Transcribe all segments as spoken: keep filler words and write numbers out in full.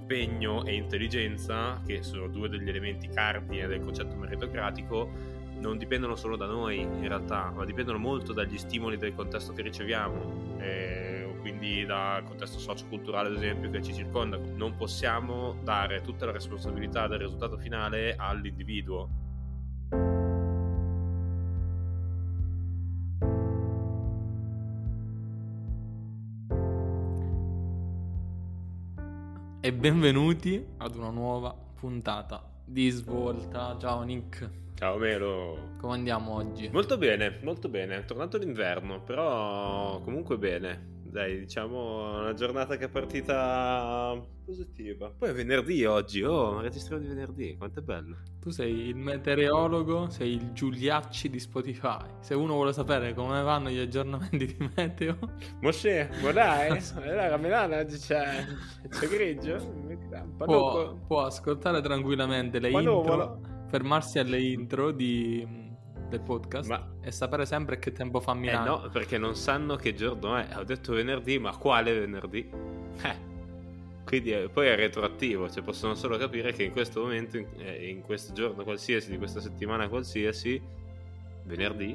impegno e intelligenza, che sono due degli elementi cardine del concetto meritocratico, non dipendono solo da noi in realtà, ma dipendono molto dagli stimoli del contesto che riceviamo, eh, quindi dal contesto socioculturale ad esempio che ci circonda. Non possiamo dare tutta la responsabilità del risultato finale all'individuo. E benvenuti ad una nuova puntata di Svolta. Ciao Nick. Ciao Melo. Come andiamo oggi? Molto bene, molto bene. È tornato l'inverno, però comunque bene. Dai, diciamo una giornata che è partita positiva. Poi è venerdì oggi, oh, registriamo di venerdì, quanto è bello. Tu sei il meteorologo, sei il Giuliacci di Spotify. Se uno vuole sapere come vanno gli aggiornamenti di meteo, Mosè, ma dai, a Milano oggi c'è, c'è grigio, può, può ascoltare tranquillamente le intro, fermarsi alle intro di... del podcast, ma... e sapere sempre che tempo fa a Milano. Eh no, perché non sanno che giorno è. Ho detto venerdì, ma quale venerdì? Eh. Quindi è, poi è retroattivo, cioè possono solo capire che in questo momento, in, in questo giorno qualsiasi, di questa settimana qualsiasi, venerdì,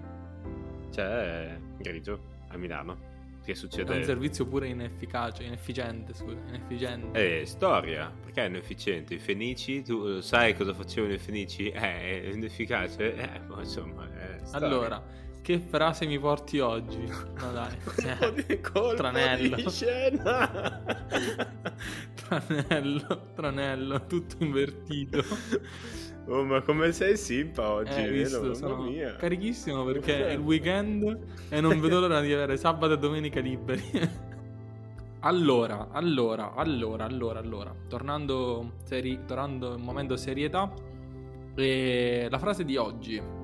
c'è grigio a Milano. Che succede? È un servizio pure inefficace, inefficiente, scusa, inefficiente. Eh, storia, perché è inefficiente? I Fenici, tu sai cosa facevano i Fenici? Eh, è inefficace? Eh, ma insomma, è storia. Allora, che frase mi porti oggi? No dai, eh, tranello. Di scena. tranello, tranello, tutto invertito. Oh, ma come sei simpa oggi, eh, visto, vero? sono Mamma mia. Carichissimo perché è il weekend e non vedo l'ora di avere sabato e domenica liberi. Allora, allora, allora, allora, allora, tornando, seri- tornando in un momento serietà, e la frase di oggi,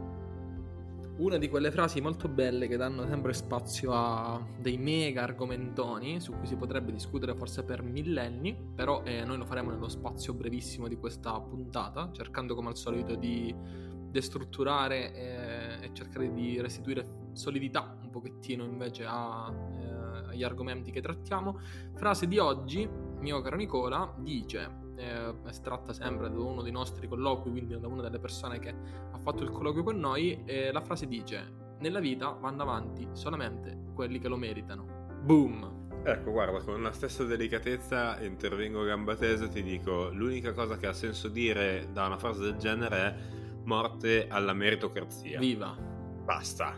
una di quelle frasi molto belle che danno sempre spazio a dei mega argomentoni su cui si potrebbe discutere forse per millenni, però eh, noi lo faremo nello spazio brevissimo di questa puntata, cercando come al solito di destrutturare eh, e cercare di restituire solidità un pochettino invece a, eh, agli argomenti che trattiamo. Frase di oggi, mio caro Nicola, dice, eh, estratta sempre da uno dei nostri colloqui, quindi da una delle persone che ha fatto il colloquio con noi, eh, la frase dice: nella vita vanno avanti solamente quelli che lo meritano. Boom! Ecco, guarda, con la stessa delicatezza intervengo a gamba tesa e ti dico, l'unica cosa che ha senso dire da una frase del genere è morte alla meritocrazia. Viva! Basta,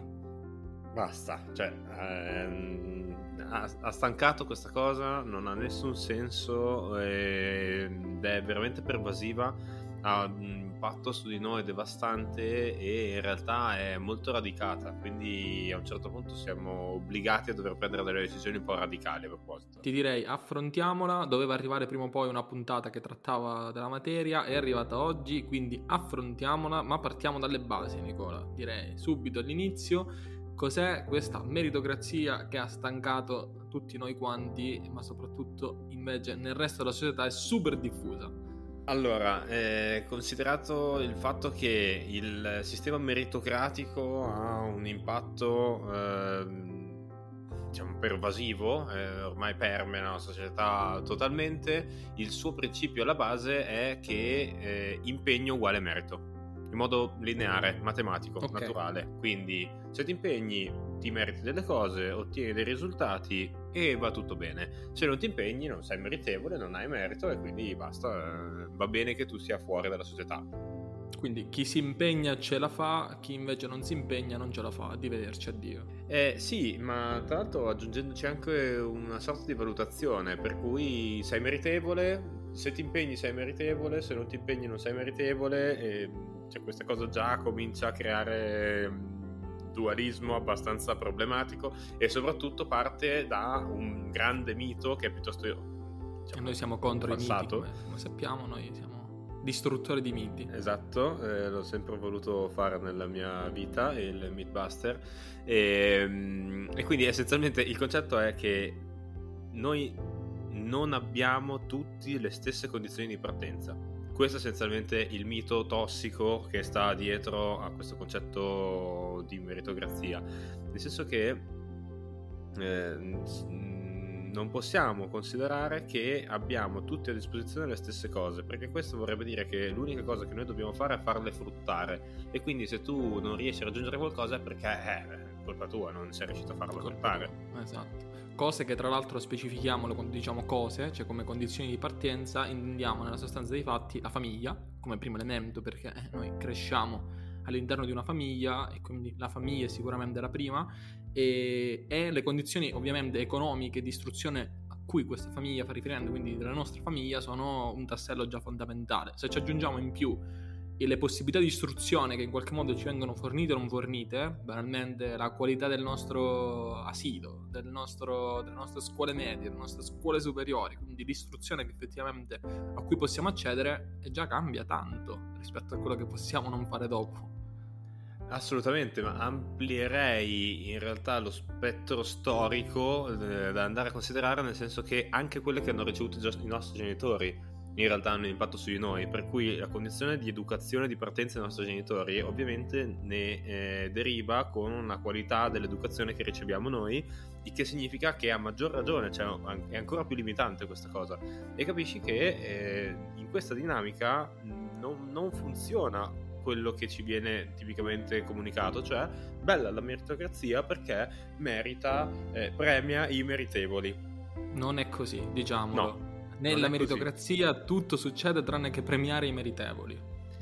basta, cioè ehm, ha, ha stancato questa cosa, non ha nessun senso eh, ed è veramente pervasiva, ha un impatto su di noi devastante e in realtà è molto radicata, quindi a un certo punto siamo obbligati a dover prendere delle decisioni un po' radicali a proposito. Ti direi affrontiamola, doveva arrivare prima o poi una puntata che trattava della materia, è arrivata oggi, quindi affrontiamola, ma partiamo dalle basi, Nicola, direi subito all'inizio. Cos'è questa meritocrazia che ha stancato tutti noi quanti, ma soprattutto invece nel resto della società è super diffusa? Allora, eh, considerato il fatto che il sistema meritocratico ha un impatto eh, diciamo pervasivo, eh, ormai permea la nostra società totalmente, il suo principio alla base è che eh, impegno uguale merito, in modo lineare, matematico, okay. naturale. Quindi se ti impegni ti meriti delle cose, ottieni dei risultati e va tutto bene. Se non ti impegni non sei meritevole, non hai merito e quindi basta, va bene che tu sia fuori dalla società. Quindi chi si impegna ce la fa, chi invece non si impegna non ce la fa, arrivederci, addio. Eh sì, ma tra l'altro aggiungendoci anche una sorta di valutazione, per cui sei meritevole, se ti impegni sei meritevole, se non ti impegni non sei meritevole, e cioè questa cosa già comincia a creare dualismo abbastanza problematico e soprattutto parte da un grande mito che è piuttosto, diciamo, e noi siamo contro passato. i miti, come, come sappiamo, noi siamo distruttori di miti. Esatto, eh, l'ho sempre voluto fare nella mia vita, il Mythbuster, e, e quindi essenzialmente il concetto è che noi non abbiamo tutti le stesse condizioni di partenza. Questo è essenzialmente il mito tossico che sta dietro a questo concetto di meritocrazia, nel senso che eh, non possiamo considerare che abbiamo tutti a disposizione le stesse cose, perché questo vorrebbe dire che l'unica cosa che noi dobbiamo fare è farle fruttare, e quindi se tu non riesci a raggiungere qualcosa è perché è colpa tua, non sei riuscito a farlo fruttare. Esatto. Cose che tra l'altro specifichiamolo quando diciamo cose, cioè come condizioni di partenza, intendiamo nella sostanza dei fatti la famiglia come primo elemento, perché eh, noi cresciamo all'interno di una famiglia e quindi la famiglia è sicuramente la prima, e, e le condizioni ovviamente economiche di istruzione a cui questa famiglia fa riferimento, quindi della nostra famiglia, sono un tassello già fondamentale. Se ci aggiungiamo in più e le possibilità di istruzione che in qualche modo ci vengono fornite o non fornite, banalmente la qualità del nostro asilo, del nostro, delle nostre scuole medie, delle nostre scuole superiori, quindi l'istruzione che effettivamente a cui possiamo accedere, e già cambia tanto rispetto a quello che possiamo non fare dopo. Assolutamente, ma amplierei in realtà lo spettro storico eh, da andare a considerare, nel senso che anche quelle che hanno ricevuto già i nostri genitori in realtà hanno un impatto su di noi, per cui la condizione di educazione di partenza dei nostri genitori ovviamente ne eh, deriva con una qualità dell'educazione che riceviamo noi, il che significa che a maggior ragione, cioè è ancora più limitante questa cosa, e capisci che eh, in questa dinamica non, non funziona quello che ci viene tipicamente comunicato, cioè bella la meritocrazia perché merita, eh, premia i meritevoli. Non è così, diciamolo. No. Nella meritocrazia così. Tutto succede tranne che premiare i meritevoli.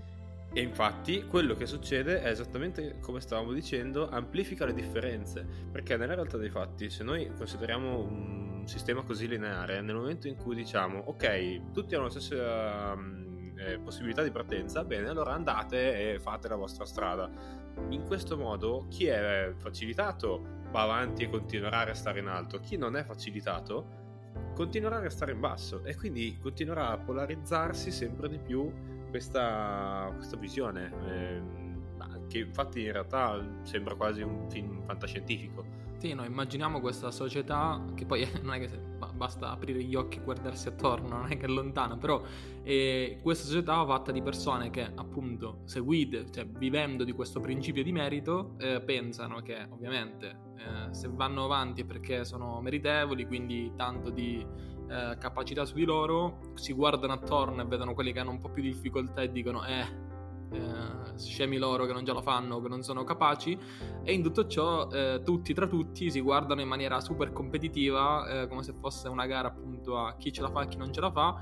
E infatti quello che succede è esattamente come stavamo dicendo, amplifica le differenze, perché nella realtà dei fatti, se noi consideriamo un sistema così lineare, nel momento in cui diciamo ok, tutti hanno la stessa um, eh, possibilità di partenza, bene, allora andate e fate la vostra strada. In questo modo chi è facilitato va avanti e continuerà a restare in alto, chi non è facilitato continuerà a restare in basso, e quindi continuerà a polarizzarsi sempre di più questa, questa visione, eh, che infatti in realtà sembra quasi un film fantascientifico. Sì, no, immaginiamo questa società che poi non è che se, basta aprire gli occhi e guardarsi attorno, non è che è lontana, però eh, questa società fatta di persone che appunto seguite, cioè vivendo di questo principio di merito, eh, pensano che ovviamente eh, se vanno avanti è perché sono meritevoli, quindi tanto di eh, capacità su di loro, si guardano attorno e vedono quelli che hanno un po' più di difficoltà e dicono eh... Eh, scemi loro che non ce la fanno, che non sono capaci, e in tutto ciò eh, tutti tra tutti si guardano in maniera super competitiva, eh, come se fosse una gara appunto a chi ce la fa e chi non ce la fa,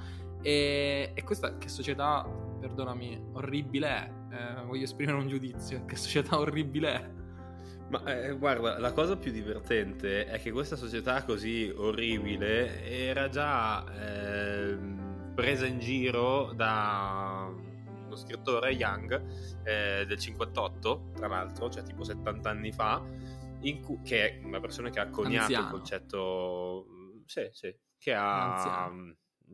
e, e questa che società, perdonami, orribile è, eh, voglio esprimere un giudizio, che società orribile è. Ma eh, guarda, la cosa più divertente è che questa società così orribile era già eh, presa in giro da uno scrittore, Young, eh, del cinquantotto, tra l'altro, cioè tipo settanta anni fa, in cui, che è una persona che ha coniato Anziano. il concetto, sì, sì, che ha mh,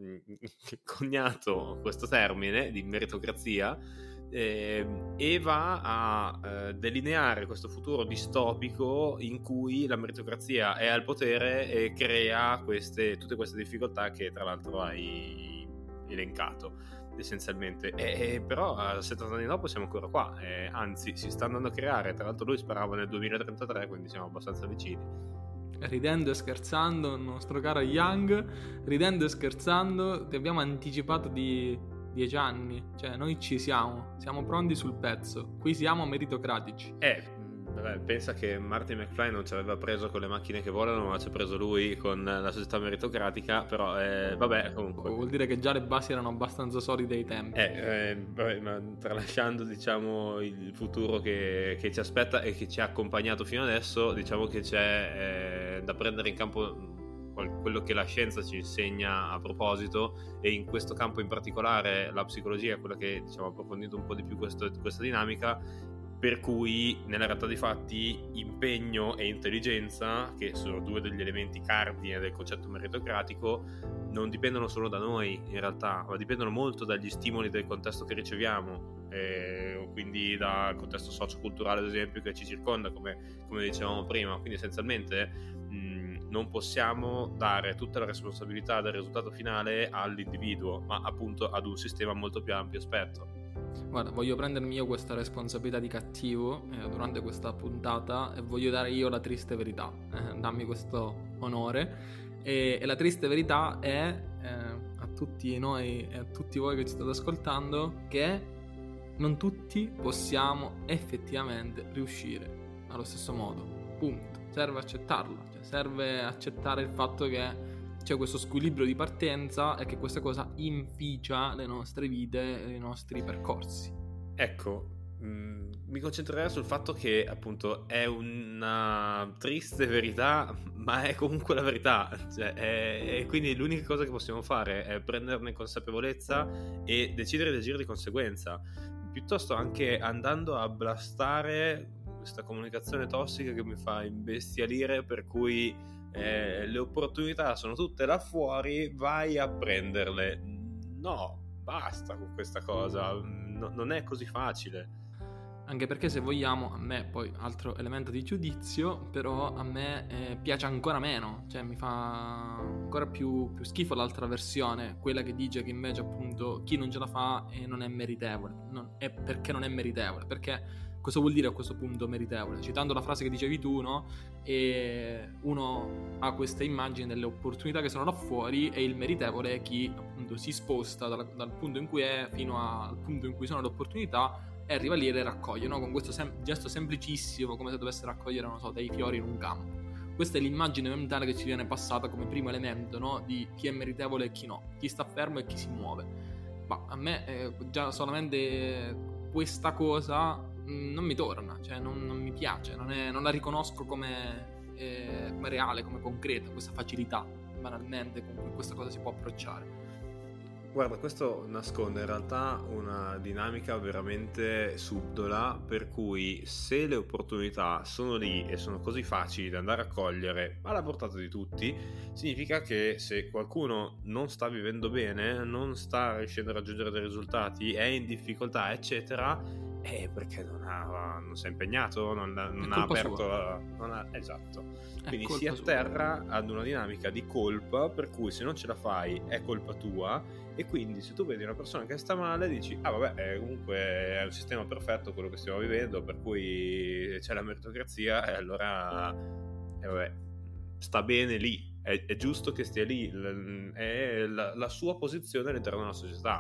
coniato questo termine di meritocrazia, eh, e va a eh, delineare questo futuro distopico in cui la meritocrazia è al potere e crea queste, tutte queste difficoltà che tra l'altro hai elencato essenzialmente, e, e però a settanta anni dopo siamo ancora qua, e, anzi si sta andando a creare, tra l'altro lui sperava nel duemilatrentatré, quindi siamo abbastanza vicini. Ridendo e scherzando, il nostro caro Young, ridendo e scherzando, ti abbiamo anticipato di dieci anni, cioè noi ci siamo, siamo pronti sul pezzo, qui siamo meritocratici. Eh, vabbè, pensa che Marty McFly non ci aveva preso con le macchine che volano, ma ci ha preso lui con la società meritocratica, però eh, vabbè, comunque vuol dire che già le basi erano abbastanza solide ai tempi. Eh, eh, vabbè, ma tralasciando diciamo il futuro che, che ci aspetta e che ci ha accompagnato fino adesso, diciamo che c'è eh, da prendere in campo quello che la scienza ci insegna a proposito, e in questo campo in particolare la psicologia è quella che diciamo ha approfondito un po' di più questo, questa dinamica, per cui nella realtà dei fatti impegno e intelligenza, che sono due degli elementi cardine del concetto meritocratico, non dipendono solo da noi in realtà, ma dipendono molto dagli stimoli del contesto che riceviamo, eh, quindi dal contesto socioculturale ad esempio che ci circonda, come, come dicevamo prima. Quindi essenzialmente mh, non possiamo dare tutta la responsabilità del risultato finale all'individuo, ma appunto ad un sistema molto più ampio spettro. Guarda, voglio prendermi io questa responsabilità di cattivo eh, durante questa puntata, e voglio dare io la triste verità, eh, dammi questo onore. E, e la triste verità è, eh, a tutti noi e a tutti voi che ci state ascoltando, che non tutti possiamo effettivamente riuscire allo stesso modo. Punto. Serve accettarlo, cioè serve accettare il fatto che c'è questo squilibrio di partenza e che questa cosa inficia le nostre vite e i nostri percorsi. Ecco, mh, mi concentrerei sul fatto che appunto è una triste verità, ma è comunque la verità, cioè, è, e quindi l'unica cosa che possiamo fare è prenderne consapevolezza e decidere di agire di conseguenza, piuttosto anche andando a blastare questa comunicazione tossica che mi fa imbestialire, per cui Eh, le opportunità sono tutte là fuori, vai a prenderle. No, basta con questa cosa, no, non è così facile. Anche perché, se vogliamo, a me, poi altro elemento di giudizio, però a me eh, piace ancora meno, cioè mi fa ancora più, più schifo l'altra versione, quella che dice che invece appunto chi non ce la fa eh, non è meritevole, non, è perché non è meritevole, perché cosa vuol dire a questo punto meritevole? Citando la frase che dicevi tu, no? E uno ha questa immagine delle opportunità che sono là fuori, e il meritevole è chi appunto si sposta dal, dal punto in cui è fino al punto in cui sono le opportunità e arriva lì e le raccoglie, no? Con questo sem- gesto semplicissimo, come se dovesse raccogliere, non so, dei fiori in un campo. Questa è l'immagine mentale che ci viene passata come primo elemento, no? Di chi è meritevole e chi no, chi sta fermo e chi si muove. Ma a me eh, già solamente questa cosa non mi torna, cioè non, non mi piace, non, è, non la riconosco come, eh, come reale, come concreta, questa facilità banalmente con cui questa cosa si può approcciare. Guarda, questo nasconde in realtà una dinamica veramente subdola, per cui se le opportunità sono lì e sono così facili da andare a cogliere alla portata di tutti, significa che se qualcuno non sta vivendo bene, non sta riuscendo a raggiungere dei risultati, è in difficoltà, eccetera, è perché non, ha, non si è impegnato, non, non ha aperto la, non ha, esatto. Quindi si atterra sua. ad una dinamica di colpa, per cui se non ce la fai è colpa tua, e quindi se tu vedi una persona che sta male dici ah vabbè, eh, comunque è un sistema perfetto quello che stiamo vivendo, per cui c'è la meritocrazia, e allora eh, vabbè, sta bene lì, è, è giusto che stia lì, è la, la sua posizione all'interno della società.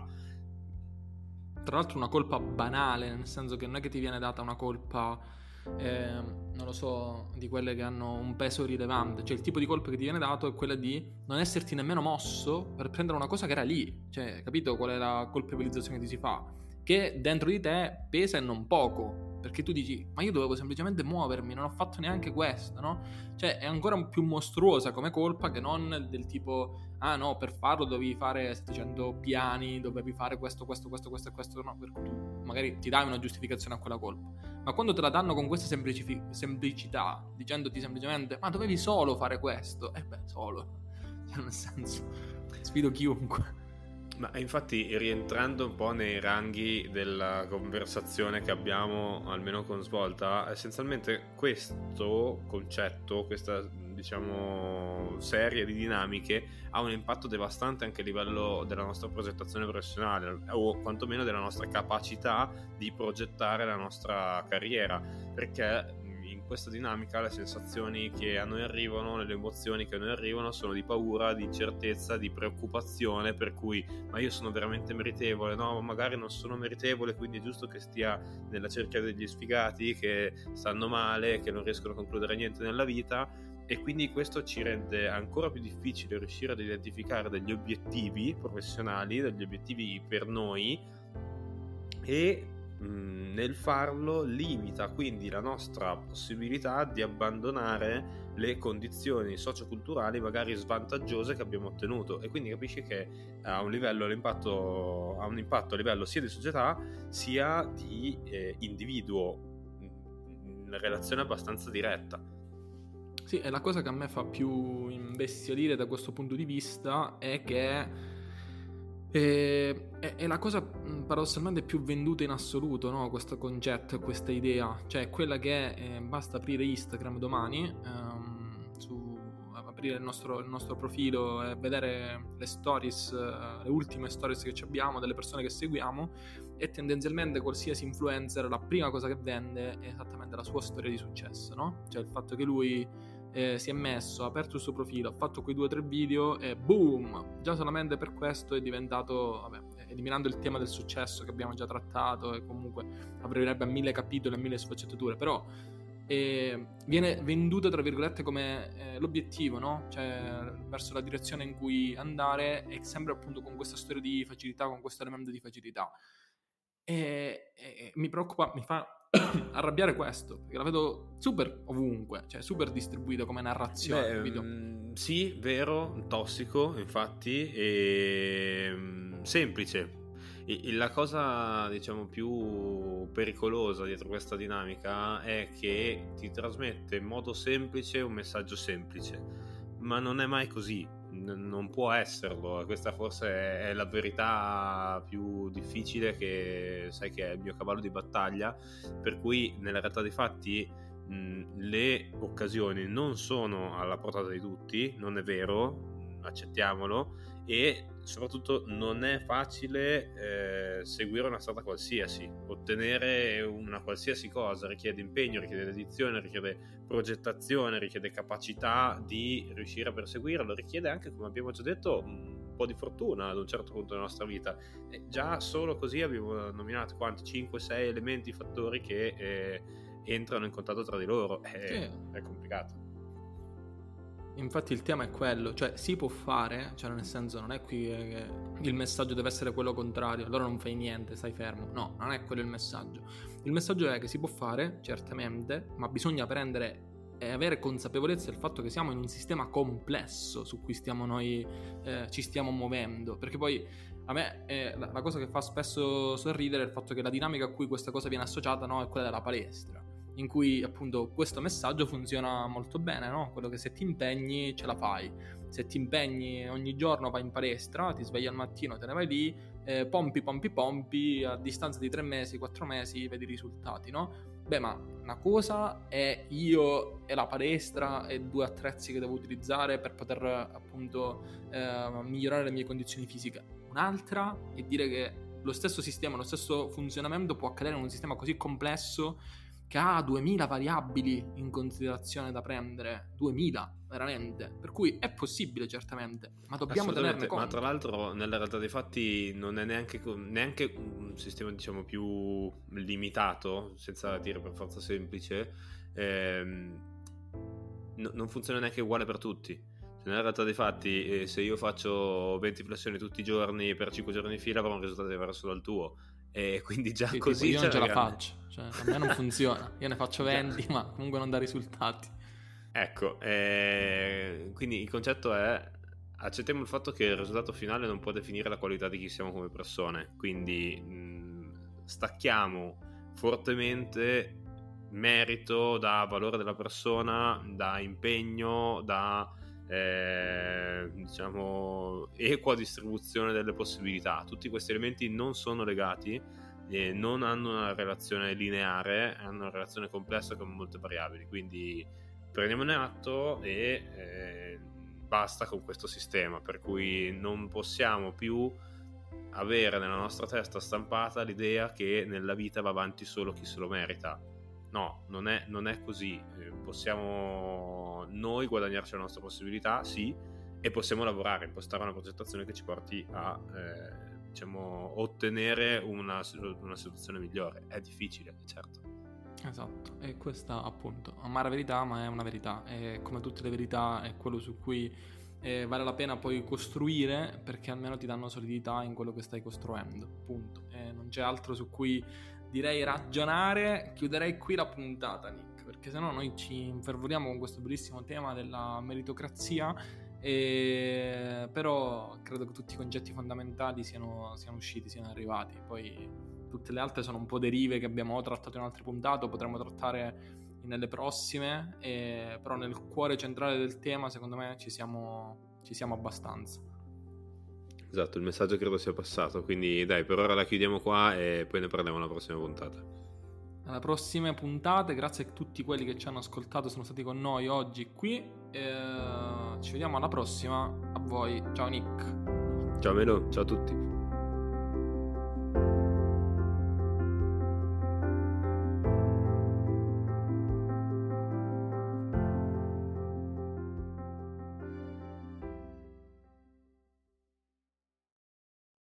Tra l'altro una colpa banale, nel senso che non è che ti viene data una colpa, eh, non lo so, di quelle che hanno un peso rilevante. Cioè il tipo di colpa che ti viene dato è quella di non esserti nemmeno mosso per prendere una cosa che era lì. Cioè, capito qual è la colpevolizzazione che ti si fa? Che dentro di te pesa e non poco, perché tu dici ma io dovevo semplicemente muovermi, non ho fatto neanche questo, no? Cioè è ancora più mostruosa come colpa che non del tipo ah no, per farlo dovevi fare settecento piani, dovevi fare questo, questo, questo, questo e questo, no, per cui tu magari ti dai una giustificazione a quella colpa. Ma quando te la danno con questa semplici- semplicità, dicendoti semplicemente ma dovevi solo fare questo, e eh beh, solo, cioè nel senso, sfido chiunque. Ma infatti, rientrando un po' nei ranghi della conversazione che abbiamo, almeno con Svolta, essenzialmente questo concetto, questa diciamo serie di dinamiche ha un impatto devastante anche a livello della nostra progettazione professionale, o quantomeno della nostra capacità di progettare la nostra carriera, perché in questa dinamica le sensazioni che a noi arrivano, le emozioni che a noi arrivano sono di paura, di incertezza, di preoccupazione, per cui ma io sono veramente meritevole? No, magari non sono meritevole, quindi è giusto che stia nella cerchia degli sfigati che stanno male, che non riescono a concludere niente nella vita, e quindi questo ci rende ancora più difficile riuscire ad identificare degli obiettivi professionali, degli obiettivi per noi, e nel farlo limita quindi la nostra possibilità di abbandonare le condizioni socioculturali magari svantaggiose che abbiamo ottenuto, e quindi capisci che ha un livello l'impatto ha un impatto a livello sia di società sia di eh, individuo, in relazione abbastanza diretta. Sì, e la cosa che a me fa più imbestialire da questo punto di vista è che E, è, è la cosa paradossalmente più venduta in assoluto, no? Questo concetto, questa idea, cioè quella che eh, basta aprire Instagram domani, ehm, su, aprire il nostro, il nostro profilo e vedere le stories, eh, le ultime stories che abbiamo delle persone che seguiamo, e tendenzialmente qualsiasi influencer la prima cosa che vende è esattamente la sua storia di successo, no? Cioè il fatto che lui eh, si è messo, ha aperto il suo profilo, ha fatto quei due o tre video e boom, già solamente per questo è diventato, vabbè, eliminando il tema del successo che abbiamo già trattato e comunque aprirebbe a mille capitoli e mille sfaccettature, però eh, viene venduto tra virgolette come eh, l'obiettivo, no? Cioè verso la direzione in cui andare, e sempre appunto con questa storia di facilità, con questo elemento di facilità. E, e mi preoccupa, mi fa arrabbiare questo, perché la vedo super ovunque, cioè super distribuito come narrazione. Beh, mh, sì, vero, tossico infatti, e mh, semplice. E, e la cosa diciamo più pericolosa dietro questa dinamica è che ti trasmette in modo semplice un messaggio semplice, ma non è mai così, N- non può esserlo. Questa forse è, è la verità più difficile, che sai che è il mio cavallo di battaglia, per cui nella realtà dei fatti mh, le occasioni non sono alla portata di tutti, non è vero, accettiamolo, e soprattutto non è facile eh, seguire una strada qualsiasi. Ottenere una qualsiasi cosa richiede impegno, richiede dedizione, richiede progettazione, richiede capacità di riuscire a perseguirlo, richiede anche, come abbiamo già detto, un po' di fortuna ad un certo punto della nostra vita. E già solo così abbiamo nominato quanti? cinque sei elementi, fattori che eh, entrano in contatto tra di loro. È, Sì. è complicato. Infatti il tema è quello, cioè si può fare, cioè nel senso non è qui che il messaggio deve essere quello contrario, allora non fai niente, stai fermo. No, non è quello il messaggio. Il messaggio è che si può fare, certamente, ma bisogna prendere e avere consapevolezza del fatto che siamo in un sistema complesso su cui stiamo noi eh, ci stiamo muovendo, perché poi a me eh, la, la cosa che fa spesso sorridere è il fatto che la dinamica a cui questa cosa viene associata, no, è quella della palestra, in cui appunto questo messaggio funziona molto bene, no? Quello che se ti impegni ce la fai, se ti impegni ogni giorno vai in palestra, ti svegli al mattino, te ne vai lì, eh, pompi pompi pompi, a distanza di tre mesi, quattro mesi vedi i risultati, no? Beh, ma una cosa è io e la palestra e due attrezzi che devo utilizzare per poter appunto eh, migliorare le mie condizioni fisiche, un'altra è dire che lo stesso sistema, lo stesso funzionamento può accadere in un sistema così complesso che ha duemila variabili in considerazione da prendere, duemila veramente, per cui è possibile certamente, ma dobbiamo tenerne conto. Ma tra l'altro nella realtà dei fatti non è neanche, neanche un sistema diciamo più limitato, senza dire per forza semplice, ehm, no, non funziona neanche uguale per tutti. Nella realtà dei fatti eh, se io faccio venti flessioni tutti i giorni per cinque giorni di fila avrò un risultato diverso dal tuo. E quindi già sì, così tipo, io non ce la grande... faccio, cioè a me non funziona, io ne faccio venti ma comunque non dà risultati. Ecco, eh, quindi il concetto è: accettiamo il fatto che il risultato finale non può definire la qualità di chi siamo come persone, quindi mh, stacchiamo fortemente merito da valore della persona, da impegno, da eh, diciamo equa distribuzione delle possibilità. Tutti questi elementi non sono legati, eh, non hanno una relazione lineare, hanno una relazione complessa con molte variabili, quindi prendiamone atto e eh, basta con questo sistema, per cui non possiamo più avere nella nostra testa stampata l'idea che nella vita va avanti solo chi se lo merita. No, non è, non è così. Eh, possiamo noi guadagnarci la nostra possibilità, sì, e possiamo lavorare, impostare una progettazione che ci porti a eh, diciamo ottenere una, una situazione migliore. È difficile, certo. Esatto, e questa appunto, amara verità, ma è una verità, e come tutte le verità è quello su cui eh, vale la pena poi costruire, perché almeno ti danno solidità in quello che stai costruendo, punto. E non c'è altro su cui direi ragionare. Chiuderei qui la puntata, Nick, perché sennò noi ci infervoriamo con questo bellissimo tema della meritocrazia, e... però credo che tutti i concetti fondamentali siano, siano usciti, siano arrivati. Poi tutte le altre sono un po' derive che abbiamo trattato in altre puntate, potremmo trattare nelle prossime, e... però nel cuore centrale del tema secondo me ci siamo, ci siamo abbastanza. Esatto, il messaggio credo sia passato, quindi dai, per ora la chiudiamo qua e poi ne parliamo alla prossima puntata. Alla prossime puntate, grazie a tutti quelli che ci hanno ascoltato, sono stati con noi oggi qui, e ci vediamo alla prossima. A voi, ciao Nick. Ciao Melo, ciao a tutti.